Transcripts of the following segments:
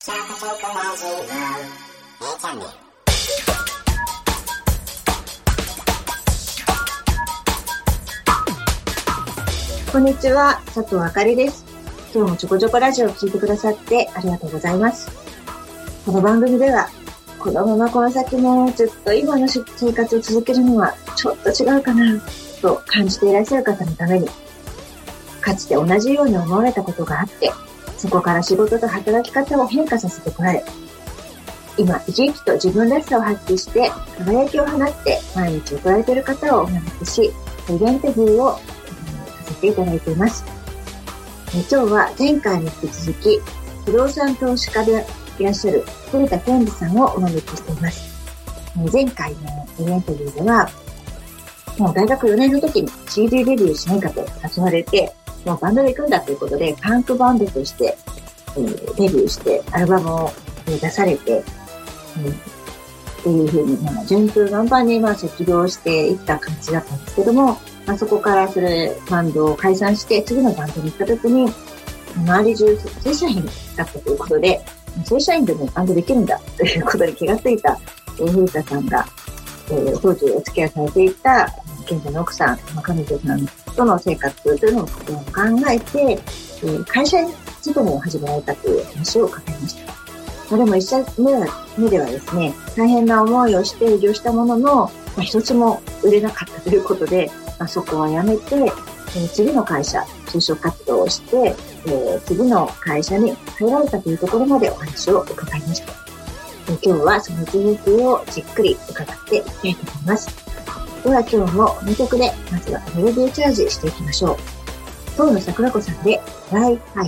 こんにちは、佐藤あかりです。今日もちょこちょこラジオを聞いてくださってありがとうございます。この番組では、このままこの先もずっと今の生活を続けるのはちょっと違うかなと感じていらっしゃる方のために、かつて同じように思われたことがあって、そこから仕事と働き方を変化させてこられ、今生き生きと自分らしさを発揮して輝きを放って毎日送られている方をお招きし、イベント風をさせていただいています。今日は前回に引き続き不動産投資家でいらっしゃる古田健二さんをお招きしています。前回のイベントでは、もう大学4年の時に CD デビューしないかと誘われて、もうバンドで行くんだということで、パンクバンドとして、デビューしてアルバムを出されて、っていうふうに、順風満帆に卒業していった感じだったんですけども、そこからそれバンドを解散して次のバンドに行った時に、周り中正社員だったということで、正社員でもバンドできるんだということに気がついた古田さんが、当時お付き合いされていた現在の奥さん、彼女さんとの生活というのを考えて、会社勤めを始められたという話を伺いました。でも一社目ではですね、大変な思いをして営業したものの、一つも売れなかったということで、そこはやめて、次の会社、就職活動をして、次の会社に入られたというところまでお話を伺いました。今日はその続きをじっくり伺っていきたいと思います。では今日も2曲で、まずはメロディーチャージしていきましょう。遠野桜子さんで、ライハイ。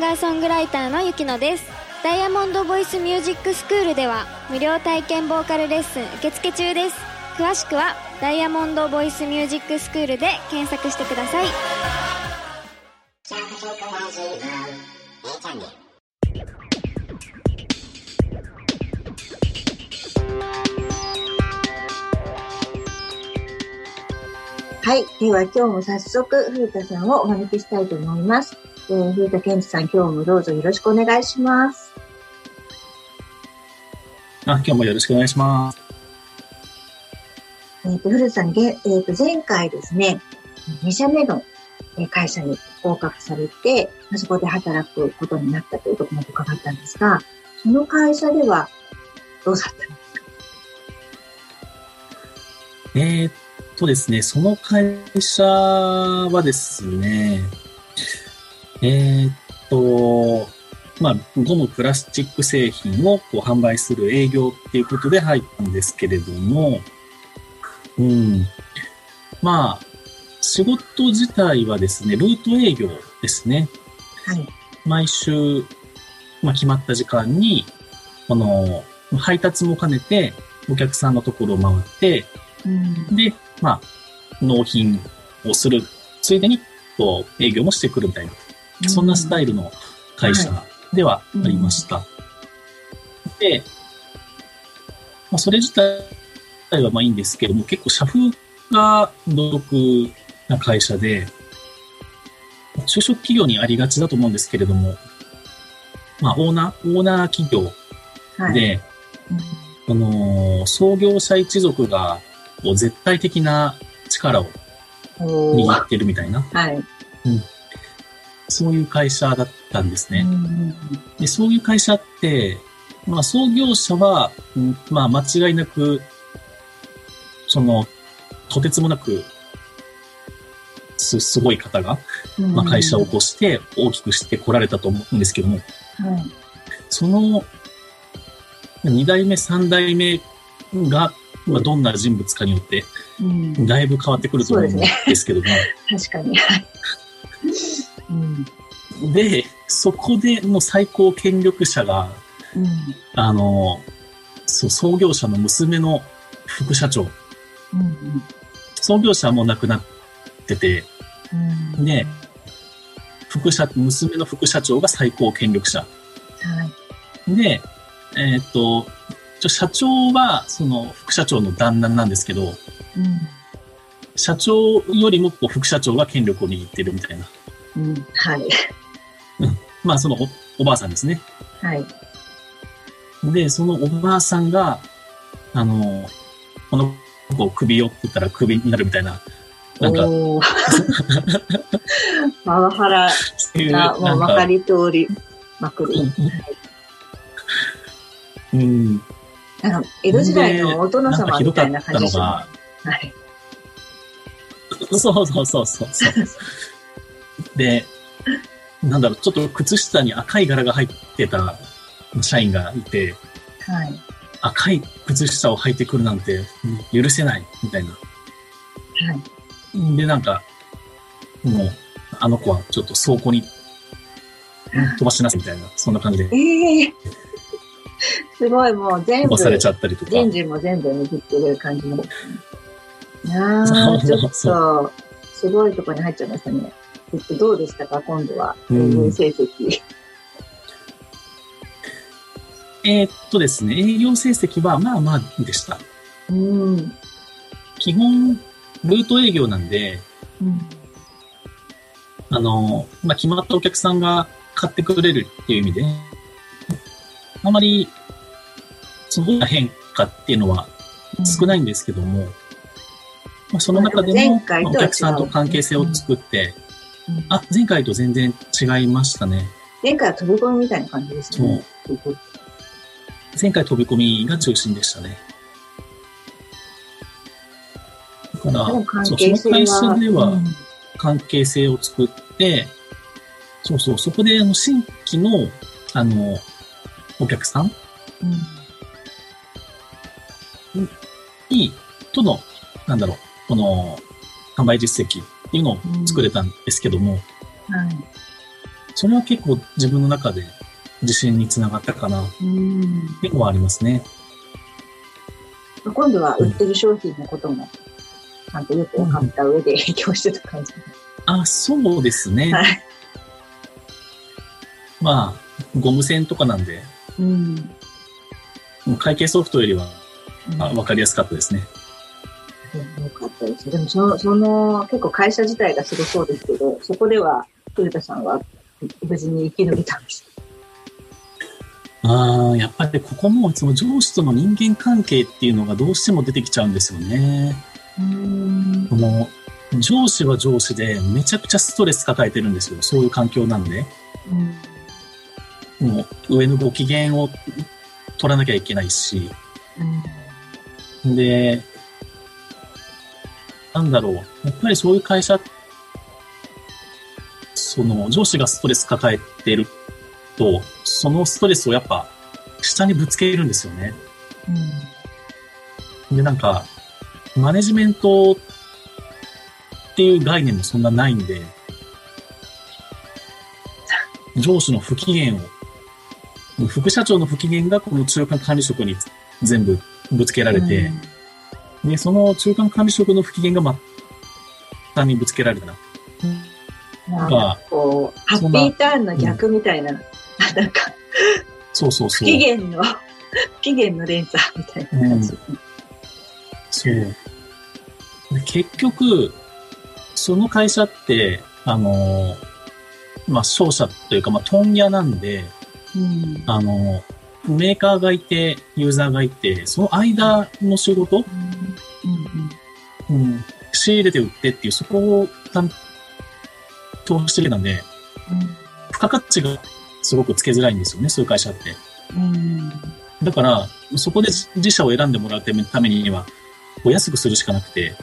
ガーソングライターのゆきのです。ダイヤモンドボイスミュージックスクールでは無料体験ボーカルレッスン受付中です。詳しくはダイヤモンドボイスミュージックスクールで検索してください。 はい。では今日も早速、古田さんをお招きしたいと思います。古田健二さん、今日もどうぞよろしくお願いします。 今日もよろしくお願いします。 古田さん、前回ですね、2社目の会社に合格されて、そこで働くことになったというところまで伺ったんですが、その会社ではどうされたんですか？ ですね、その会社はですね、ゴムプラスチック製品を販売する営業っていうことで入ったんですけれども、仕事自体はですね、ルート営業ですね。 はい。 毎週、決まった時間に、配達も兼ねて、お客さんのところを回って、で、納品をする、ついでに、営業もしてくるみたいな、そんなスタイルの会社ではありました。で、それ自体はいいんですけども、結構社風が独特な会社で、中小企業にありがちだと思うんですけれども、オーナー企業で、創業者一族が絶対的な力を握ってるみたいな、そういう会社だったんですね。で、そういう会社って、創業者は、間違いなく、とてつもなく、すごい方が、会社を起こして大きくして来られたと思うんですけども、その2代目、3代目が、どんな人物かによって、だいぶ変わってくると思うんですけども。 確かに。 で、そこでの最高権力者が、創業者の娘の副社長。創業者はもう亡くなってて、で、娘の副社長が最高権力者。で、社長は、その副社長の旦那なんですけど、社長よりも副社長が権力を握ってるみたいな。その おばあさんですね。で、そのおばあさんが、この子を首をって言ったら首になるみたいな。 パワハラがもう分かり通りまくる。江戸時代のお殿様みたいな感じですね。 そう。で、ちょっと靴下に赤い柄が入ってた社員がいて、赤い靴下を履いてくるなんて許せないみたいな。で、もう、あの子はちょっと倉庫に飛ばしなさいみたいな、そんな感じで。 すごい、もう全部、 されちゃったりとか。 人事も全部握ってる感じの。ちょっと、すごいところに入っちゃいましたね。どうでしたか、今度は、営業成績。 ですね、営業成績はまあでした。基本、ルート営業なんで、決まったお客さんが買ってくれるっていう意味で、あまり、その変化っていうのは少ないんですけども、その中でもお客さんと関係性を作って、前回と全然違いましたね。 前回は飛び込みみたいな感じですね。 前回飛び込みが中心でしたね。だから、その会社では関係性を作って、そこで新規の、お客さんとの、この販売実績っていうのを作れたんですけども、 それは結構自分の中で自信につながったかな。結構ありますね。 今度は売ってる商品のことも、ちゃんとよく分かった上で影響してた感じ。 そうですね。はい。まあ、ゴム線とかなんで、もう会計ソフトよりは、分かりやすかったですね。 よかったです。でもその、結構会社自体がすごそうですけど、そこでは、古田さんは無事に生き延びたんです。 やっぱりここもその上司との人間関係っていうのがどうしても出てきちゃうんですよね。この上司は上司でめちゃくちゃストレス抱えてるんですよ。そういう環境なんで。もう上のご機嫌を取らなきゃいけないし。で、なんだろう。やっぱりそういう会社、その上司がストレス抱えてると、そのストレスをやっぱ下にぶつけるんですよね。で、なんか、マネジメントっていう概念もそんなないんで、上司の不機嫌を、副社長の不機嫌がこの中間管理職に全部ぶつけられて、で、その中間管理職の不機嫌が下にぶつけられたな。 なんかこう、ハッピーターンの逆みたいな、なんか、 不機嫌の連鎖みたいな感じ。 そう。結局、その会社って、商社というか、問屋なんで、メーカーがいて、ユーザーがいて、その間の仕事、仕入れて売ってっていう、そこを担当してるので、付加価値がすごくつけづらいんですよね、そういう会社って。だから、そこで自社を選んでもらうためには、安くするしかなくて、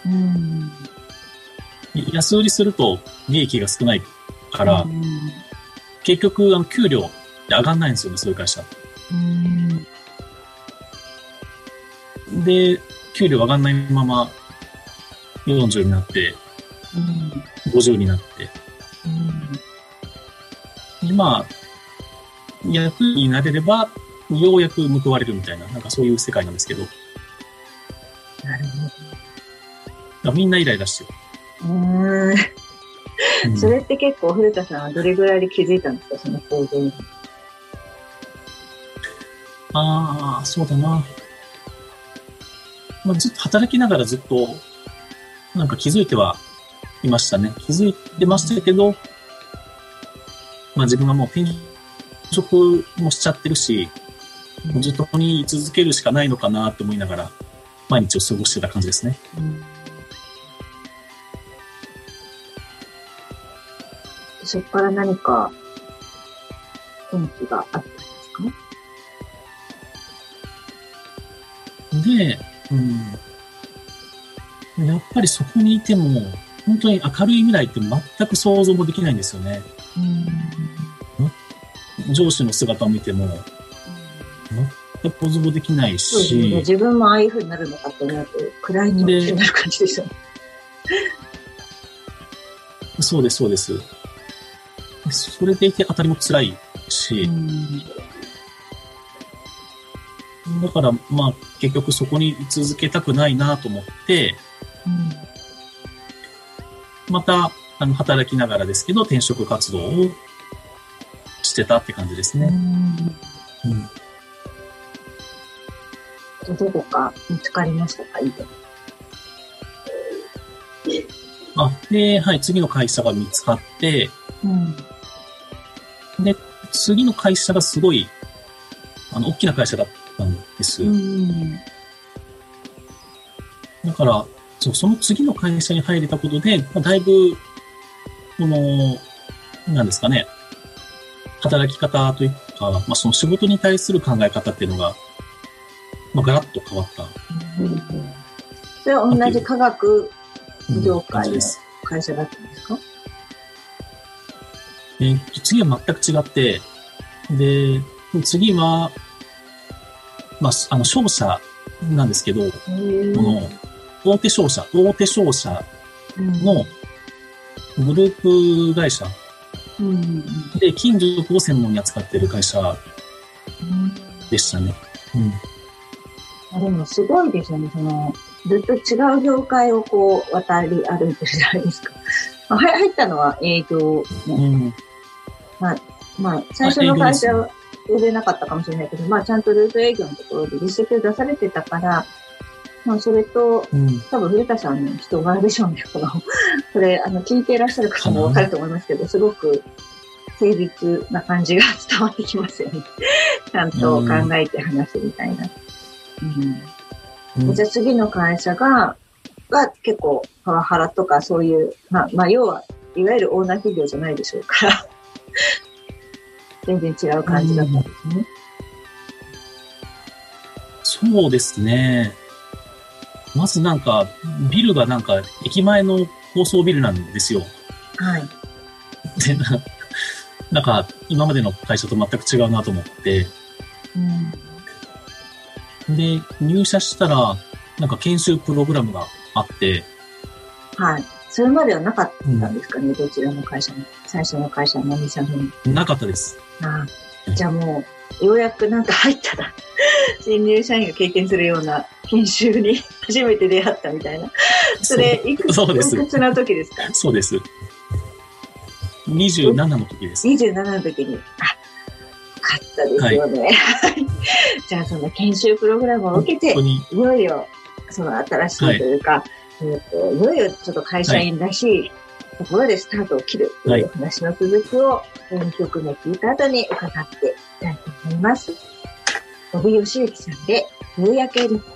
安売りすると利益が少ないから、結局、給料って上がんないんですよね、そういう会社。で、給料上がんないまま、40になって、50になって、役になれれば、ようやく報われるみたいな、なんかそういう世界なんですけど。 なるほど。みんなイライラしてる。それって結構、古田さんはどれぐらいで気づいたんですか、その構造に。 そうだな。ずっと働きながらずっと、なんか気づいてはいましたね。気づいてましたけど、自分はもう転職もしちゃってるし、ずっとここに居続けるしかないのかなと思いながら、毎日を過ごしてた感じですね。 そこから何か転機があったんですか？で、やっぱりそこにいても、本当に明るい未来って全く想像もできないんですよね。上司の姿を見ても、全く想像もできないし、 自分もああいう風になるのかと思うと、暗い気持ちになる感じですよね。 そうです、そうです。それでいて当たりも辛いし、だから結局そこに居続けたくないなと思って、また働きながらですけど転職活動をしてたって感じですね。 どこか見つかりましたか？ で、次の会社が見つかって、で、次の会社がすごい大きな会社だったんです。だから、その次の会社に入れたことで、だいぶ、なんですかね、働き方というか、その仕事に対する考え方っていうのが、ガラッと変わった。 それは同じ科学業界の会社だったんですか？ 次は全く違って、で、次は、商社なんですけど、大手商社のグループ会社で、金属を専門に扱っている会社でしたね。 でもすごいですよね。ずっと違う業界をこう渡り歩いてるじゃないですか。入ったのは営業ね。最初の会社は売れなかったかもしれないけど、ちゃんとルート営業のところで実績を出されてたから、それと、多分古田さんの人柄でしょうね。これ、聞いていらっしゃる方もわかると思いますけど、すごく誠実な感じが伝わってきますよね。ちゃんと考えて話すみたいな。じゃあ次の会社が結構パワハラとかそういう、要は、いわゆるオーナー企業じゃないでしょうから、全然違う感じだったんですね。 そうですね。まずビルが駅前の高層ビルなんですよ。 はい。 で、今までの会社と全く違うなと思って、で、入社したら、研修プログラムがあって。 はい。それまではなかったんですかね、どちらの会社も。最初の会社の何さんに。 なかったです。 じゃあもう、ようやく入ったら、新入社員が経験するような研修に初めて出会ったみたいな。それ、いくつの時ですか？ そうです。27の時です。 27の時に。よかったですよね。はい、じゃあその研修プログラムを受けて、いよいよ、新しいというか、いよいよちょっと会社員らしいところでスタートを切るという話の続きを2曲目聞いた後に伺っていきたいと思います。帯義行さんで夕焼けリボン。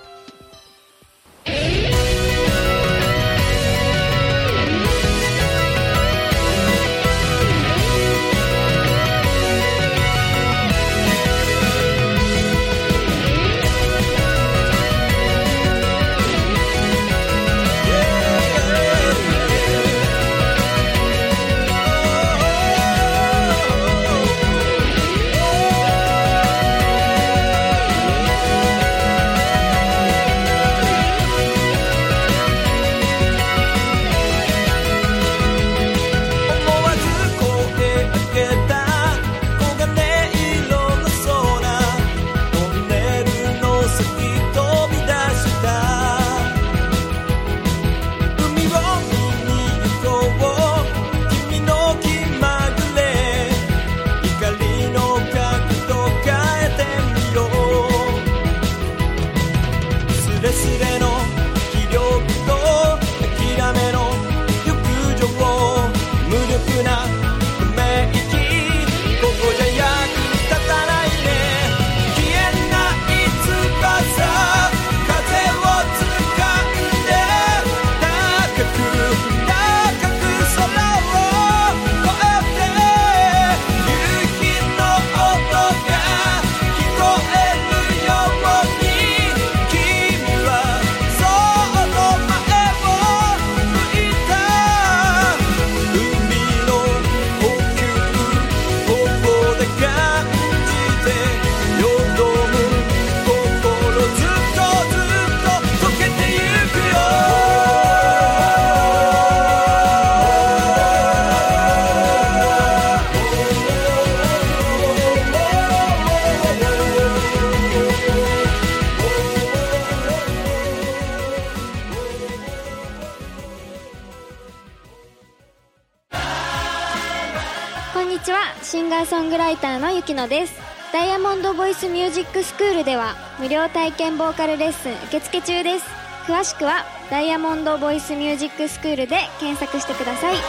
シンガーソングライターのゆきのです。ダイヤモンドボイスミュージックスクールでは無料体験ボーカルレッスン受付中です。詳しくはダイヤモンドボイスミュージックスクールで検索してください。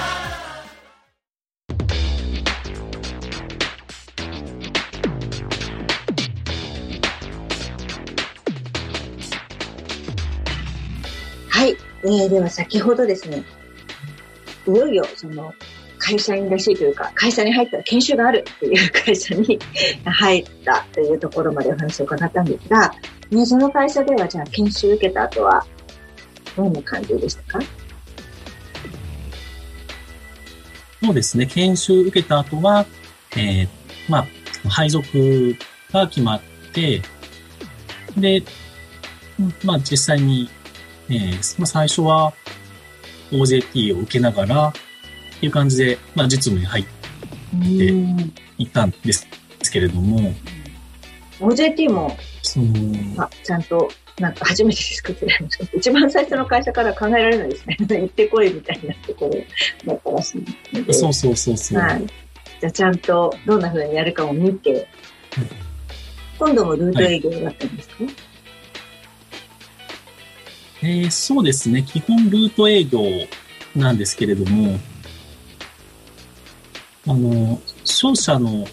はい、では先ほどですね、いよいよ会社員らしいというか、会社に入ったら研修があるっていう会社に入ったというところまでお話を伺ったんですが、その会社ではじゃあ研修受けた後はどんな感じでしたか？ そうですね、研修受けた後は、配属が決まって、で、実際に、最初は OJT を受けながら、っていう感じで、実務に入っっていたんですけれども、 OJT もちゃんとなんか初めて作ってないんですけど、一番最初の会社から考えられないですね。行ってこいみたいなところだったらしいので。 そうそうそうそう。 はい。じゃあちゃんとどんな風にやるかを見て、今度もルート営業だったんですか？ そうですね。基本ルート営業なんですけれども、商社の、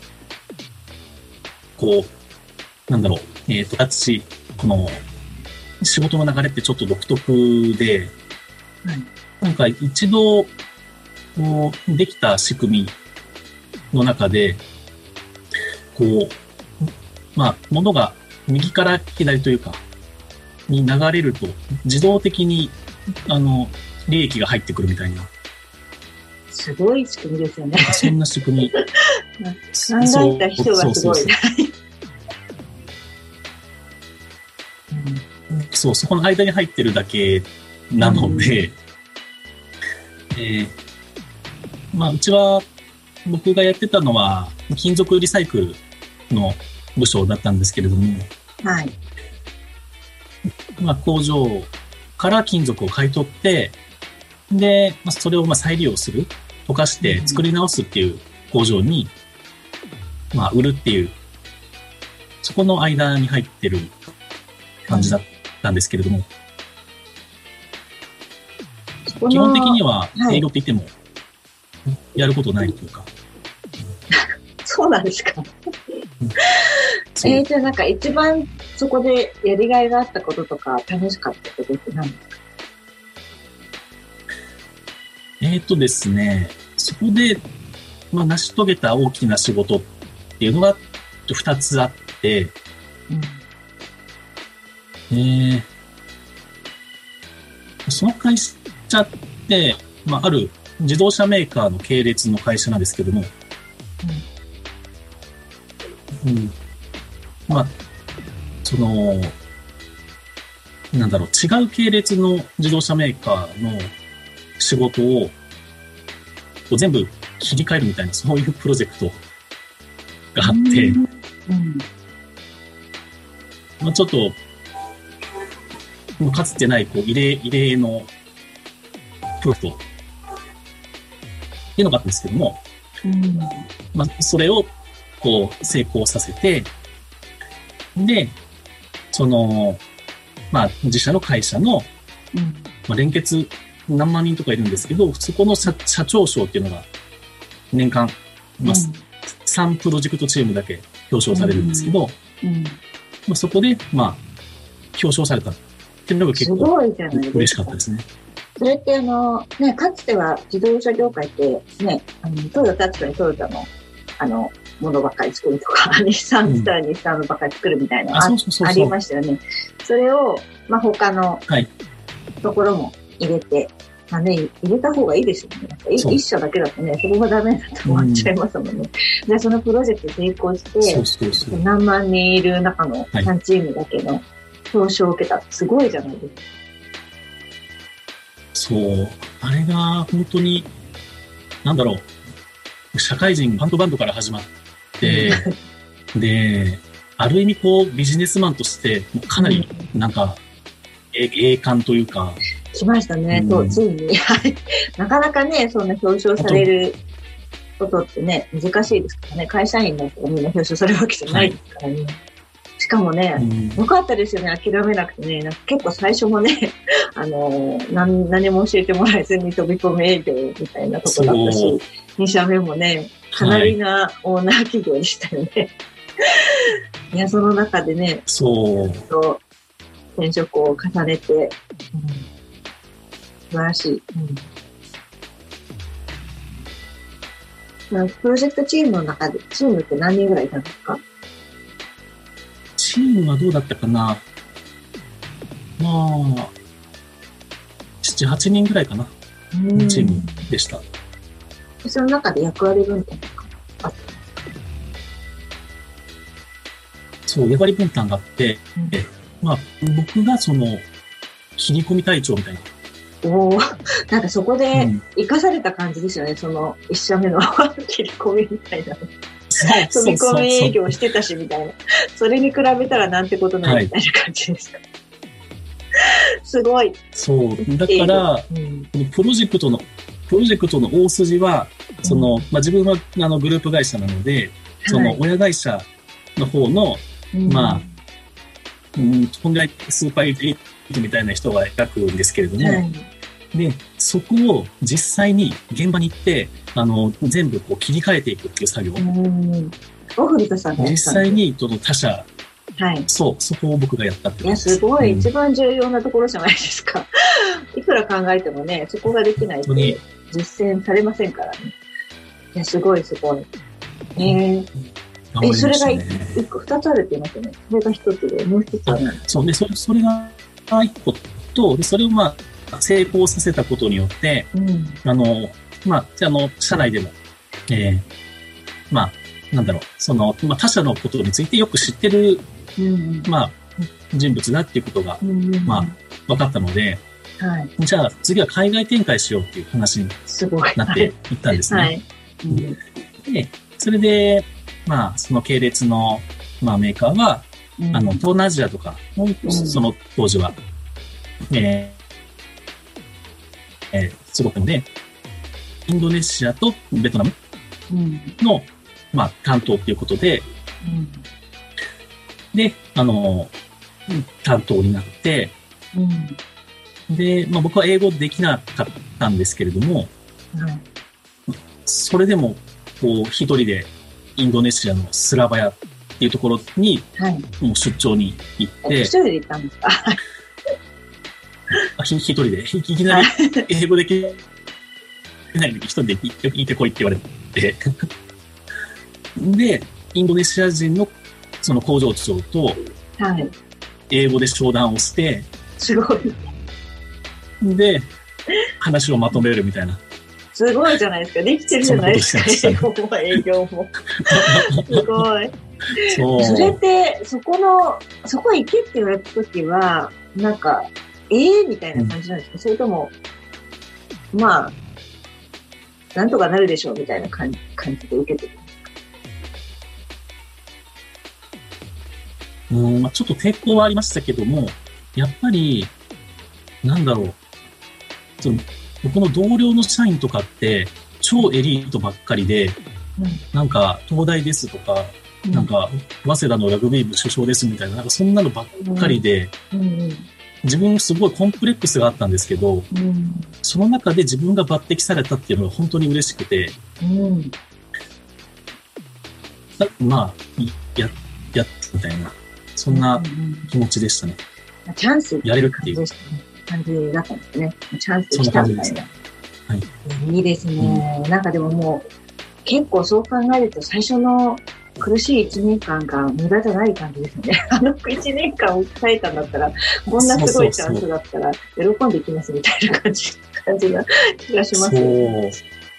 こう、なんだろう、私、この、仕事の流れってちょっと独特で、 はい、 なんか一度、できた仕組みの中で、こう、まあ、物が右から左というか、に流れると、自動的に、利益が入ってくるみたいな。 すごい仕組みですよね。 そんな仕組み。 考えた人がすごい。 そう、そこの間に入ってるだけなので、まあ、うちは、僕がやってたのは、金属リサイクルの部署だったんですけれども、 はい。 まあ、工場から金属を買い取って、で、まあ、それをまあ再利用する、溶かして作り直すっていう工場に、まあ、売るっていう、そこの間に入ってる感じだったんですけれども、基本的には営業って言っても、やることないというか。 そうなんですか。じゃあなんか一番そこでやりがいがあったこととか楽しかったことって何ですか？ ですね、そこで、まあ、成し遂げた大きな仕事っていうのが2つあって、その会社って、まあ、ある自動車メーカーの系列の会社なんですけども、まあ、なんだろう、違う系列の自動車メーカーの仕事を全部切り替えるみたいな、そういうプロジェクトがあって、まあ、ちょっと、かつてない異例のプロジェクトっていうのがあったんですけども、まあ、それをこう成功させて、で、まあ、自社の会社の、まあ、連結何万人とかいるんですけど、そこの社長賞っていうのが年間、まあ、3プロジェクトチームだけ表彰されるんですけど、まあ、そこで、まあ、表彰されたっていうのが結構嬉しかったですね。 それってね、かつては自動車業界ってね、トヨタってトヨタのものばっかり作るとか、日産って言ったら日産のばっかり作るみたいなのありましたよね。それを、まあ、他のところも入れて、まあね、入れた方がいいですよね。一社だけだとね、そこがダメだと終わっちゃいますもんね。で、そのプロジェクト成功して、何万人いる中の3チームだけの表彰を受けたってすごいじゃないですか。 そう。あれが本当に、なんだろう、社会人バンドから始まって、で、ある意味こうビジネスマンとしてかなりなんか栄冠というか。 しましたね、ついに。なかなかね、そんな表彰されることってね、難しいですからね。会社員だったらみんな表彰されるわけじゃないですからね。しかもね、よかったですよね、諦めなくてね。なんか結構最初もね、何も教えてもらえずに飛び込み営業みたいなとこだったし、2社目もね、かなりなオーナー企業でしたよね。いや、その中でね、転職を重ねて、素晴らしい。プロジェクトチームの中で、チームって何人ぐらいいたんですか？ チームはどうだったかな。まあ、7、8人ぐらいかな。チームでした。 その中で役割分担とかあった？ そう、役割分担があって、まあ、僕が切り込み隊長みたいななんかそこで生かされた感じですよね。その1社目の切り込みみたいな。飛び込み営業してたしみたいな。それに比べたらなんてことないみたいな感じですか。すごい。 そう。だから、このプロジェクトの大筋は、自分はグループ会社なので、その親会社の方の、本来スーパーエリートみたいな人が描くんですけれども、で、そこを実際に現場に行って、全部こう切り替えていくっていう作業。 古田さんが実際に他社、そこを僕がやったってことです。 いや、すごい、一番重要なところじゃないですか。いくら考えてもね、そこができないと実践されませんからね。いや、すごい、すごい。それが2つあるって言いますよね。それが1つで、もう1つは何？ そうね、それが1個と、それを成功させたことによって、社内でも、他社のことについてよく知ってる、人物だっていうことが、分かったので、じゃあ次は海外展開しようっていう話になっていったんですね。で、それで、その系列の、メーカーは、東南アジアとか、その当時は、すごくので、インドネシアとベトナムの、担当ということで、で、担当になって、で、僕は英語できなかったんですけれども、それでも、一人でインドネシアのスラバヤっていうところに、もう出張に行って。 一人で行ったんですか？ 一人で、いきなり英語できないのに一人で行ってこいって言われて。で、インドネシア人のその工場長と、英語で商談をして、 すごい。 で、話をまとめるみたいな。 すごいじゃないですか。できてるじゃないですか。英語も営業も。すごい。それって、そこ行けって言われたときは、なんか、みたいな感じなんですか？それとも、なんとかなるでしょうみたいな感じで受けてるんですか？ ちょっと抵抗はありましたけども、やっぱり、僕の同僚の社員とかって、超エリートばっかりで、東大ですとか、早稲田のラグビー部首相ですみたいな、そんなのばっかりで、自分すごいコンプレックスがあったんですけど、その中で自分が抜擢されたっていうのが本当に嬉しくて、やみたいな、そんな気持ちでしたね。 チャンスやれるっていう感じだったんですね。チャンス来たみたいな。いいですね。なんかでももう、結構そう考えると最初の苦しい1年間が無駄じゃない感じですね。1年間を耐えたんだったら、こんなすごいチャンスだったら、喜んでいきますみたいな感じな気がしますね。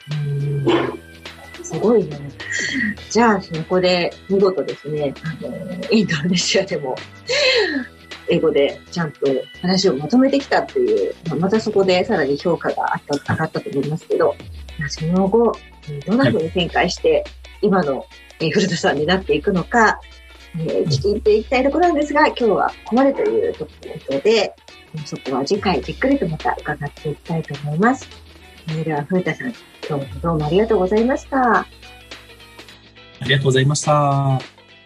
すごいね。じゃあ、そこで見事ですね、インドネシアでも、英語でちゃんと話をまとめてきたっていう、またそこでさらに評価が上がったと思いますけど、その後、どんな風に展開して、今の古田さんになっていくのか、聞いていきたいところなんですが、今日はここまでというところで、そこは次回じっくりとまた伺っていきたいと思います。では、古田さん、今日もどうもありがとうございました。 ありがとうございました。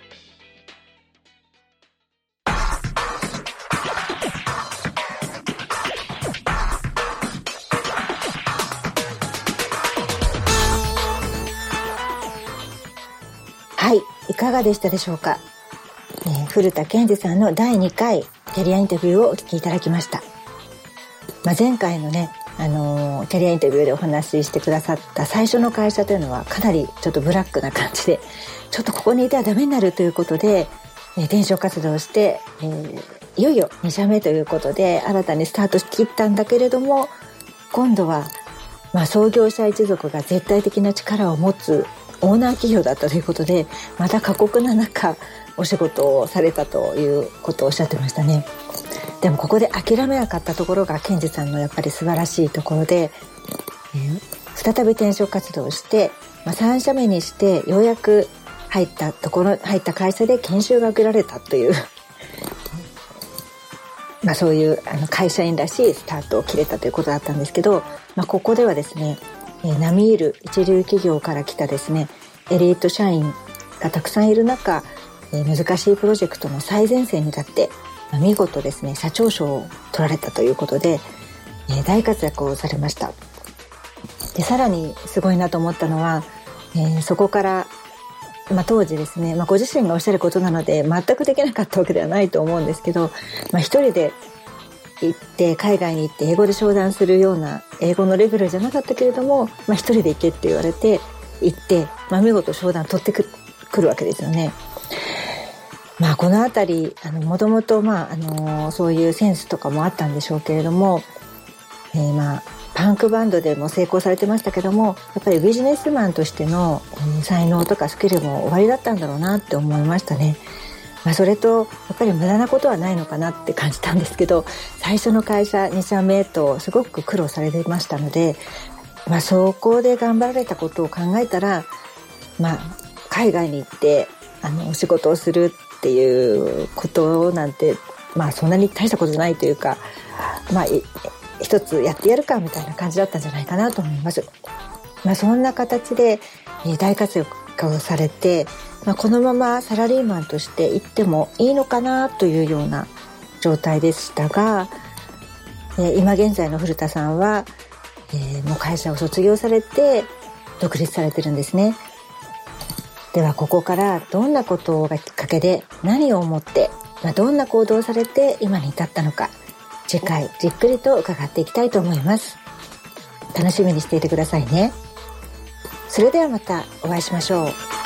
はい、いかがでしたでしょうか。古田健二さんの第2回キャリアインタビューをお聞きいただきました。前回のね、キャリアインタビューでお話ししてくださった最初の会社というのはかなりちょっとブラックな感じで、ちょっとここにいてはダメになるということで、転職活動をして、いよいよ2社目ということで新たにスタートしきったんだけれども、今度は、創業者一族が絶対的な力を持つオーナー企業だったということで、また過酷な中お仕事をされたということをおっしゃってましたね。 でもここで諦めなかったところが健二さんのやっぱり素晴らしいところで、再び転職活動をして、3社目にしてようやく入った会社で研修が受けられたというそういう会社員らしいスタートを切れたということだったんですけど、ここではですね、並みいる一流企業から来たですね、エリート社員がたくさんいる中、難しいプロジェクトの最前線に立って、見事ですね、社長賞を取られたということで、大活躍をされました。で、さらにすごいなと思ったのは、そこから、当時ですね、ご自身がおっしゃることなので全くできなかったわけではないと思うんですけど、一人で行って海外に行って英語で商談するような英語のレベルじゃなかったけれども、一人で行けって言われて行って、見事商談取ってくるわけですよね。このあたりもともとそういうセンスとかもあったんでしょうけれども、パンクバンドでも成功されてましたけども、やっぱりビジネスマンとしての才能とかスキルもおありだったんだろうなって思いましたね。それとやっぱり無駄なことはないのかなって感じたんですけど、最初の会社2社目とすごく苦労されてましたので、そこで頑張られたことを考えたら、海外に行ってお仕事をするっていうことなんてそんなに大したことじゃないというか、一つやってやるかみたいな感じだったんじゃないかなと思います。そんな形で大活躍をされて、このままサラリーマンとして行ってもいいのかなというような状態でしたが、今現在の古田さんは、もう会社を卒業されて独立されてるんですね。ではここからどんなことがきっかけで何を思って、どんな行動をされて今に至ったのか、次回じっくりと伺っていきたいと思います。楽しみにしていてくださいね。それではまたお会いしましょう。